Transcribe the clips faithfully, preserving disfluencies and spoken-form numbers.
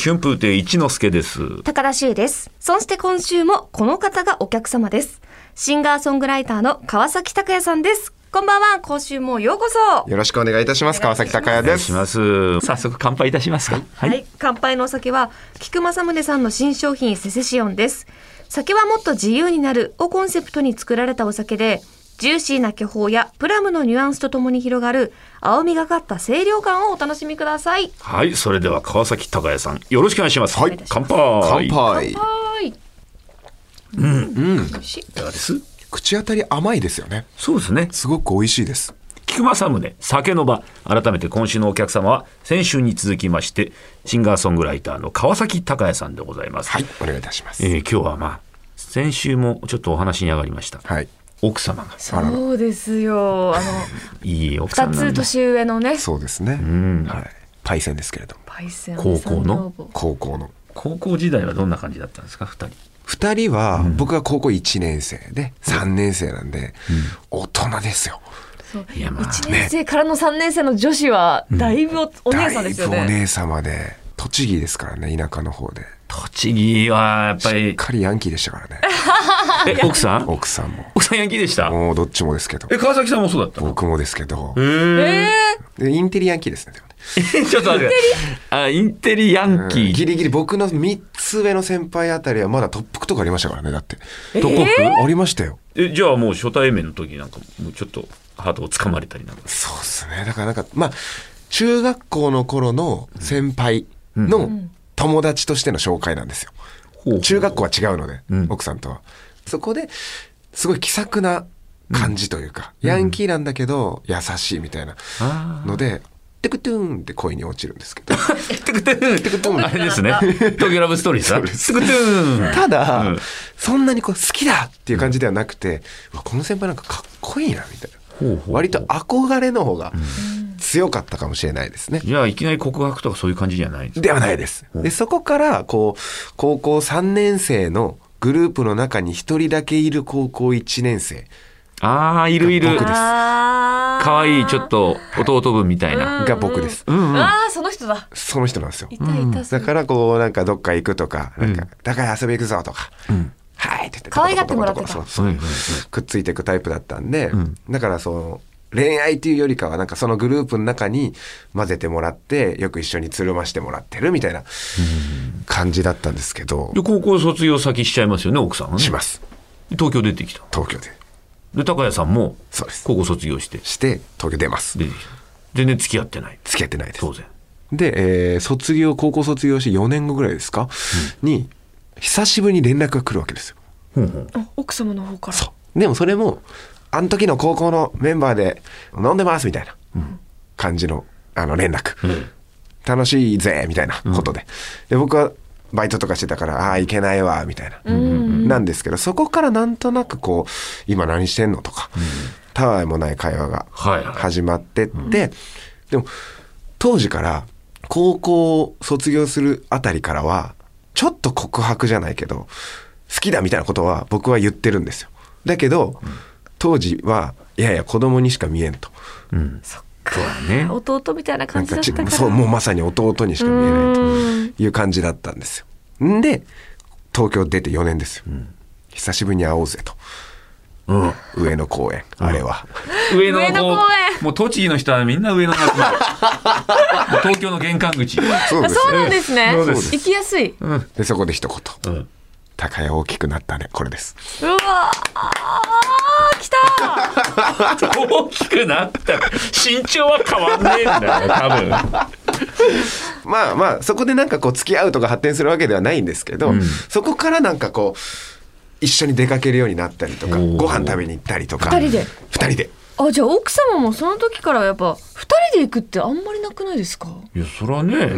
春風亭一之輔です。 高田修です。そして今週もこの方がお客様です。シンガーソングライターの川崎鷹也さんです。こんばんは。今週もようこそよろしくお願いいたします。川崎鷹也です。 お願いします。早速乾杯いたしますか。 はい、はい、乾杯のお酒は菊正宗さんの新商品セセシオンです。酒はもっと自由になるをコンセプトに作られたお酒で、ジューシーな巨峰やプラムのニュアンスとともに広がる青みがかった清涼感をお楽しみください。 はい、それでは川崎鷹也さんよろしくお願いします。はい、乾杯。 乾杯。 うん、うん、いかがです？ 口当たり甘いですよね。 そうですね。 すごく美味しいです。 菊正宗酒の場、改めて今週のお客様は先週に続きましてシンガーソングライターの川崎鷹也さんでございます。 はい、お願いいたします。 えー、今日はまあ先週もちょっとお話に上がりました。 はい。 奥様がそうですよ。あのいい奥さんなんだ。 ふたつ年上のね。 そうですね。 うん、 はい。パイセンですけれども。 パイセン高校の高校の高校時代はどんな感じだったんですか、二人。 二人は、うん、僕が高校いちねん生でさんねん生なんで、うん、大人ですよ。 そういや、まあ、いちねん生からのさんねん生の女子はだいぶ お,、うん、お姉さんですよね。 だいぶお姉様で、栃木ですからね、田舎の方で。 栃木はやっぱりしっかりヤンキーでしたからね。 え、奥さん奥さんも奥さんヤンキーでした。 もうどっちもですけど。 え、川崎さんもそうだった。 僕もですけど。 へー、 でインテリヤンキーですね。でもねちょっと待ってあ、インテリヤンキー、うん、 ギリギリ僕のみっつ上の先輩あたりはまだ特服とかありましたからね。だって特服、 ありましたよ。 え、じゃあもう初対面の時なんかもうちょっとハートをつかまれたりなんか。 そうですね。だからなんかまあ中学校の頃の先輩の友達としての紹介なんですよ、うん、中学校は違うので、うん、奥さんとはそこですごい気さくな感じというか、うん、ヤンキーなんだけど優しいみたいなので、テクトゥーンって恋に落ちるんですけどテクトゥーンテクトゥーンあれですね、東京ラブストーリーさテクトゥーン。 ただ、うん、そんなにこう好きだっていう感じではなくて、うん、この先輩なんかかっこいいなみたいな、ほうほうほう、割と憧れの方が強かったかもしれないですね、うん、 じゃあいきなり告白とかそういう感じじゃないんですか。 ではないです。でそこからこう高校さんねん生のグループの中に一人だけいる高校いちねん生。 ああ、いるいる。 僕です。 可愛いちょっと弟分みたいな、 はい、が僕です。 うんうん、ああ、その人だ。 その人なんですよ。 いたいた。 だからこうなんかどっか行くとか、なんか、うん、だから遊び行くぞとか、うん、はいって言って可愛がってもらってた。 そうそう、うん、くっついていくタイプだったんで、うん、だからその恋愛というよりかはなんかそのグループの中に混ぜてもらってよく一緒につるましてもらってるみたいな感じだったんですけど、 で高校卒業先しちゃいますよね、奥さんはね。 します。 東京出てきた。 東京で。 で高谷さんも高校卒業してして東京出ます。 で全然付き合ってない。 付き合ってないです。 当然で、えー、卒業高校卒業してよねんごぐらいですか、うん、に久しぶりに連絡が来るわけですよ、 うんうん、奥様の方から。 そうでもそれもあの時の高校のメンバーで飲んでますみたいな感じの、あの連絡、うん、楽しいぜみたいなことで、うん、で僕はバイトとかしてたからああいけないわみたいな、うん、なんですけど、そこからなんとなくこう今何してんのとか、うん、たわいもない会話が始まってって、はいはい、うん、でも当時から高校卒業するあたりからはちょっと告白じゃないけど好きだみたいなことは僕は言ってるんですよ。だけど、うん、当時はいやいや子供にしか見えんと、 うん、そっか、ね、弟みたいな感じだったから、 そう、もうまさに弟にしか見えないという感じだったんですよ。んで東京出てよねんですよ、うん、久しぶりに会おうぜと、うん、上野公園、うん、あれは上野公園、もう栃木の人はみんな上野の集まる東京の玄関口。 そうです、 そうなんですね。そうです、行きやすい、 うん、でそこで一言、うん、高谷大きくなったね、これです。 うわー、来た大きくなった身長は変わんねえんだよ多分まあまあそこでなんかこう付き合うとか発展するわけではないんですけど、うん、そこからなんかこう一緒に出かけるようになったりとか、ご飯食べに行ったりとか、 ふたりでふたりで。 あ、じゃあ奥様もその時からやっぱふたりで行くってあんまりなくないですか。 いやそれはね、うんうん、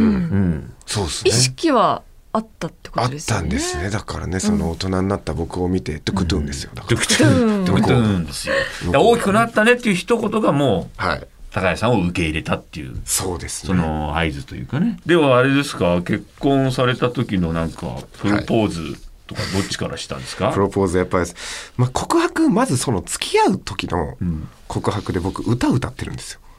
そうですね、 意識はあったってことですよね。 あったんですね。だからね、その大人になった僕を見て、うん、トゥクトゥンですよ。だからトゥクトゥン、トゥクトゥンですよ。大きくなったねっていう一言がもう、はい、高谷さんを受け入れたっていう、 そうですね、 その合図というかね。ではあれですか、結婚された時のなんかプロポーズとかどっちからしたんですか。はい、 プロポーズやっぱり、まあ、告白、まずその付き合う時の告白で僕歌歌ってるんですよ。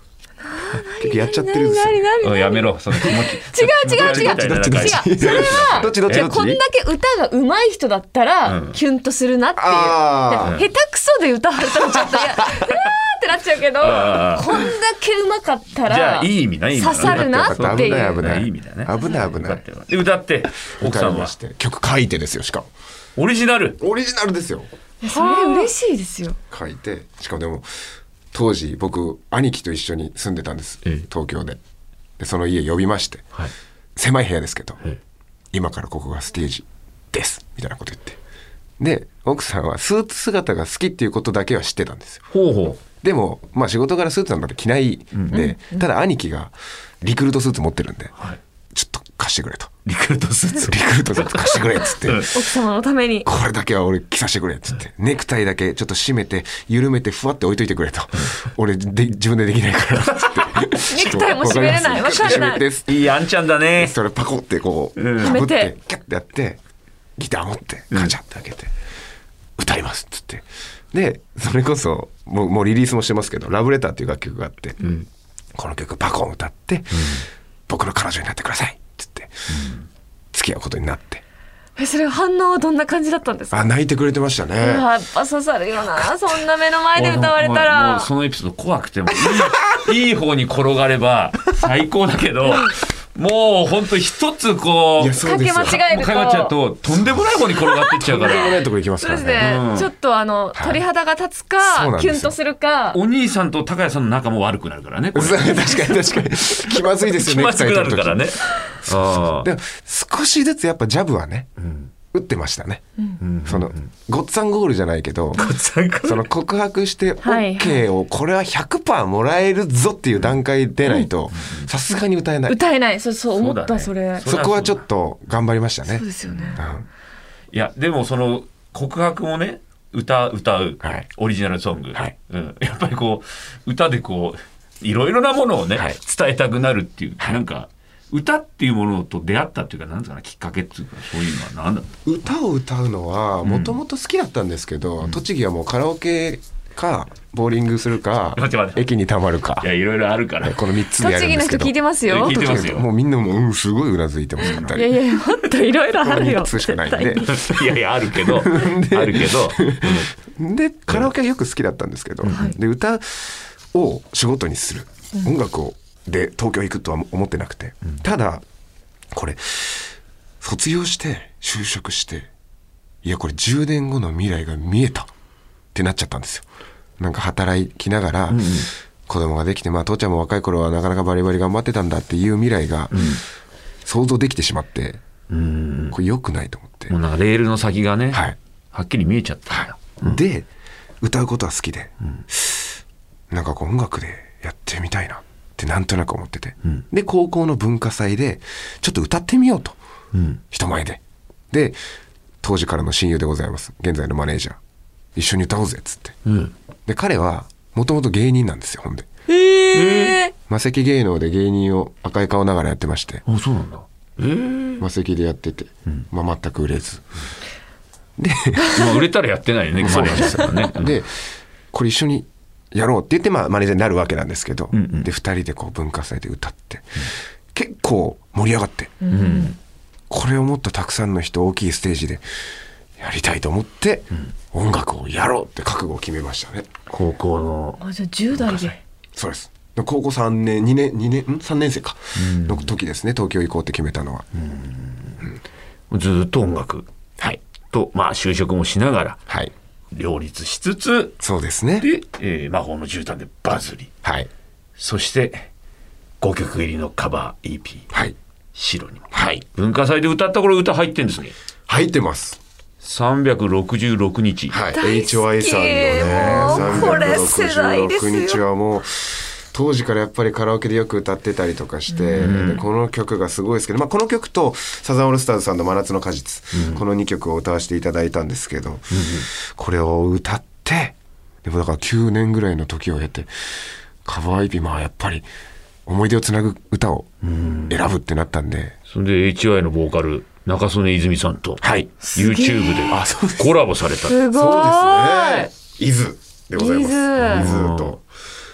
結構やっちゃってるんですよ、 何何何うんやめろその気持ち違う違う違うどっちどっち違うそれはどっちどっちどっちこんだけ歌が上手い人だったら、 うんキュンとするなっていう。 あーで下手くそで歌われたらちょっといやうわーってなっちゃうけど、 あーこんだけ上手かったらじゃあいい意味ない意味刺さるなっていう。 危ない危ないいい意味だね危ない危ないで歌って奥歌さんはいまして曲書いてですよ。しかもオリジナルオリジナルですよ。 それ嬉しいですよ。 書いて、しかもでも当時僕兄貴と一緒に住んでたんです、 ええ東京で。でその家呼びまして、 はい狭い部屋ですけど、 ええ今からここがステージですみたいなこと言って、で奥さんはスーツ姿が好きっていうことだけは知ってたんですよ。 ほうほでもまあ仕事柄スーツなんて着ないんで、ただ兄貴がリクルートスーツ持ってるんで、 はいちょっと貸してくれと、 うリクルートスーツリクルートスーツ貸してくれっつって、 うん奥様のために。 これだけは俺着させてくれっつって、ネクタイだけちょっと締めて緩めてふわって置いといてくれと、俺で自分でできないからっつってネクタイも締めれない。わかん締ない。 めてっつっていいあんちゃんだねそれパコってこううんかぶっはめててキャッてやってギター持ってカチャって開けて歌いますっつって、でそれこそもう、もうリリースもしてますけどラブレターっていう楽曲があって、 んこの曲パコン歌って、僕の彼女になってくださいっつって、付き合うことになって、 えそれ反応はどんな感じだったんですか。 あ泣いてくれてましたね。 うわやっぱ刺さるよな、そんな目の前で歌われたもうもらう。そのエピソード怖くてもいいいい方に転がれば最高だけどもう本当一つこういやそうですよかけ間違えるとかけ間違えるととんでもない方に転がっていっちゃうかとんでもならいとこ行きますそうですからね。 ね、 うんちょっとあの鳥肌が立つか、 そうなんですよキュンとするか。 お兄さんと高谷さんの仲も悪くなるからねこれ確かに確かに気まずいですよね。 気まずくなるからねあでも少しずつやっぱジャブはね、 ん打ってましたね、そのごっつぁんゴールじゃないけど、 あその告白してはい OK をこれは ひゃくパーセント もらえるぞっていう段階でないとさすがに歌えない。 歌えない。そうそう思った。そそうだねれそこはちょっと頑張りましたね。 そうですよね。 うんいやでもその告白もね歌歌う、 はいオリジナルソング、 はいうん、やっぱりこう歌でこういろいろなものをね、 はい伝えたくなるっていう、なんか歌っていうものと出会ったっていうかなんですかねきっかけっていうかそういうのは何だった歌を歌うのはもともと好きだったんですけど、栃木はもうカラオケかボーリングするか待って待って駅にたまるかいやいろいろあるからこのみっつでやるんですけど、 栃木の人聞いてますよ。 聞いてますよもうみんなもう、うん、すごいうなずいてますから、 いやいやもっといろいろあるよ。 みっつしかないんで絶対にいやいやあるけどあるけど、 でカラオケはよく好きだったんですけど、で歌を仕事にする、音楽をで東京行くとは思ってなくて、ただこれ卒業して就職していやこれじゅうねんごの未来が見えたってなっちゃったんですよ。なんか働きながら、うんうん、子供ができて、まあ父ちゃんも若い頃はなかなかバリバリ頑張ってたんだっていう未来が、うん、想像できてしまって、うん、これ良くないと思って、 もうなんかレールの先がね、 はい、 はっきり見えちゃったんだ、 はいうん、で歌うことは好きで、うん、なんかこう音楽でやってみたいなってなんとなく思ってて、うん、で高校の文化祭でちょっと歌ってみようと、うん、人前でで当時からの親友でございます現在のマネージャー一緒に歌おうぜっつって、うん、で彼はもともと芸人なんですよ。ほんでへーマセキ芸能で芸人を赤い顔ながらやってまして、 あそうなんだへーマセキでやってて、うんまあ、全く売れずでまあ売れたらやってないよねマネージャーさんがね、うん、 でこれ一緒にやろうって言って、まあ、マネージャーになるわけなんですけど、うんうん、でふたりでこう文化祭で歌って、うん、結構盛り上がって、うん、これをもっとたくさんの人大きいステージでやりたいと思って、うん、音楽をやろうって覚悟を決めましたね。 高校のあじゃあじゅう代でそうです高校さんねんにねんにねんんさんねん生かの時ですね、東京行こうって決めたのは、 うんうん、ずっと音楽、はい、とまあ就職もしながら、はい、両立しつつそうですねで、えー、魔法の絨毯でバズり、はい、そしてごきょく入りのカバー イーピー、はい、白にも、はい、文化祭で歌った頃歌入ってんですね。 入ってますさんびゃくろくじゅうろくにち、 はい、エイチワイ さんのねさんびゃくろくじゅうろくにちはもう当時からやっぱりカラオケでよく歌ってたりとかして、うん、でこの曲がすごいですけど、まあ、この曲とサザンオールスターズさんの真夏の果実、うん、このにきょくを歌わせていただいたんですけど、うん、これを歌ってでもだからきゅうねんぐらいの時を経てカバー イーピーまあやっぱり思い出をつなぐ歌を選ぶってなったんで、うん、 それで エイチワイ のボーカル中曽根泉さんと YouTube でコラボされた。 すごいそうですね。伊豆でございます。伊豆と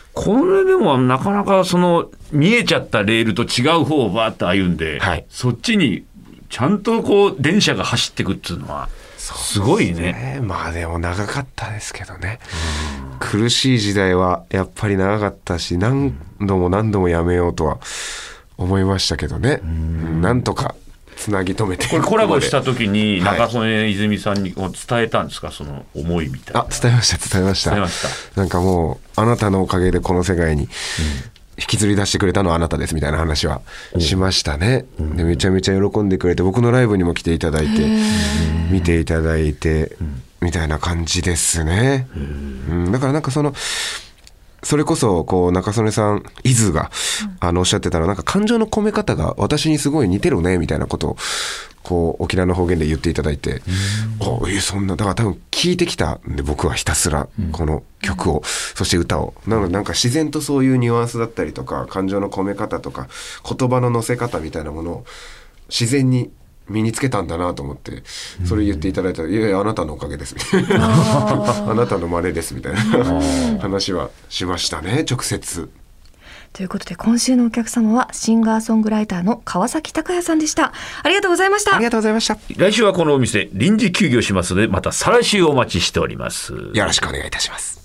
これでもなかなかその見えちゃったレールと違う方をバーッと歩んで、はい、そっちにちゃんとこう電車が走っていくっていうのはすごい ね, ね。まあでも長かったですけどね、うん、苦しい時代はやっぱり長かったし、何度も何度もやめようとは思いましたけどね、うん、なんとかつなぎ止めて、 これコラボした時に中曽根泉さんに伝えたんですか、はい、その思いみたいな。 あ、伝えました伝えました伝えました。なんかもうあなたのおかげでこの世界に引きずり出してくれたのはあなたですみたいな話はしましたね、うん、でめちゃめちゃ喜んでくれて、僕のライブにも来ていただいて見ていただいてみたいな感じですね、うん、だからなんかそのそれこそこう中曽根さん伊豆があのおっしゃってたら、なんか感情の込め方が私にすごい似てるねみたいなことをこう沖縄の方言で言っていただいて、あえそんなだから多分聞いてきたんで、僕はひたすらこの曲を、そして歌をなのでなんか自然とそういうニュアンスだったりとか感情の込め方とか言葉の乗せ方みたいなものを自然に身につけたんだなと思って、それ言っていただいたら、いやいやあなたのおかげですみたいなあなたの真似ですみたいな話はしましたね、直接。 ということで今週のお客様はシンガーソングライターの川崎隆也さんでした。ありがとうございました。 ありがとうございました。 来週はこのお店臨時休業しますので、また再来週お待ちしております。 よろしくお願いいたします。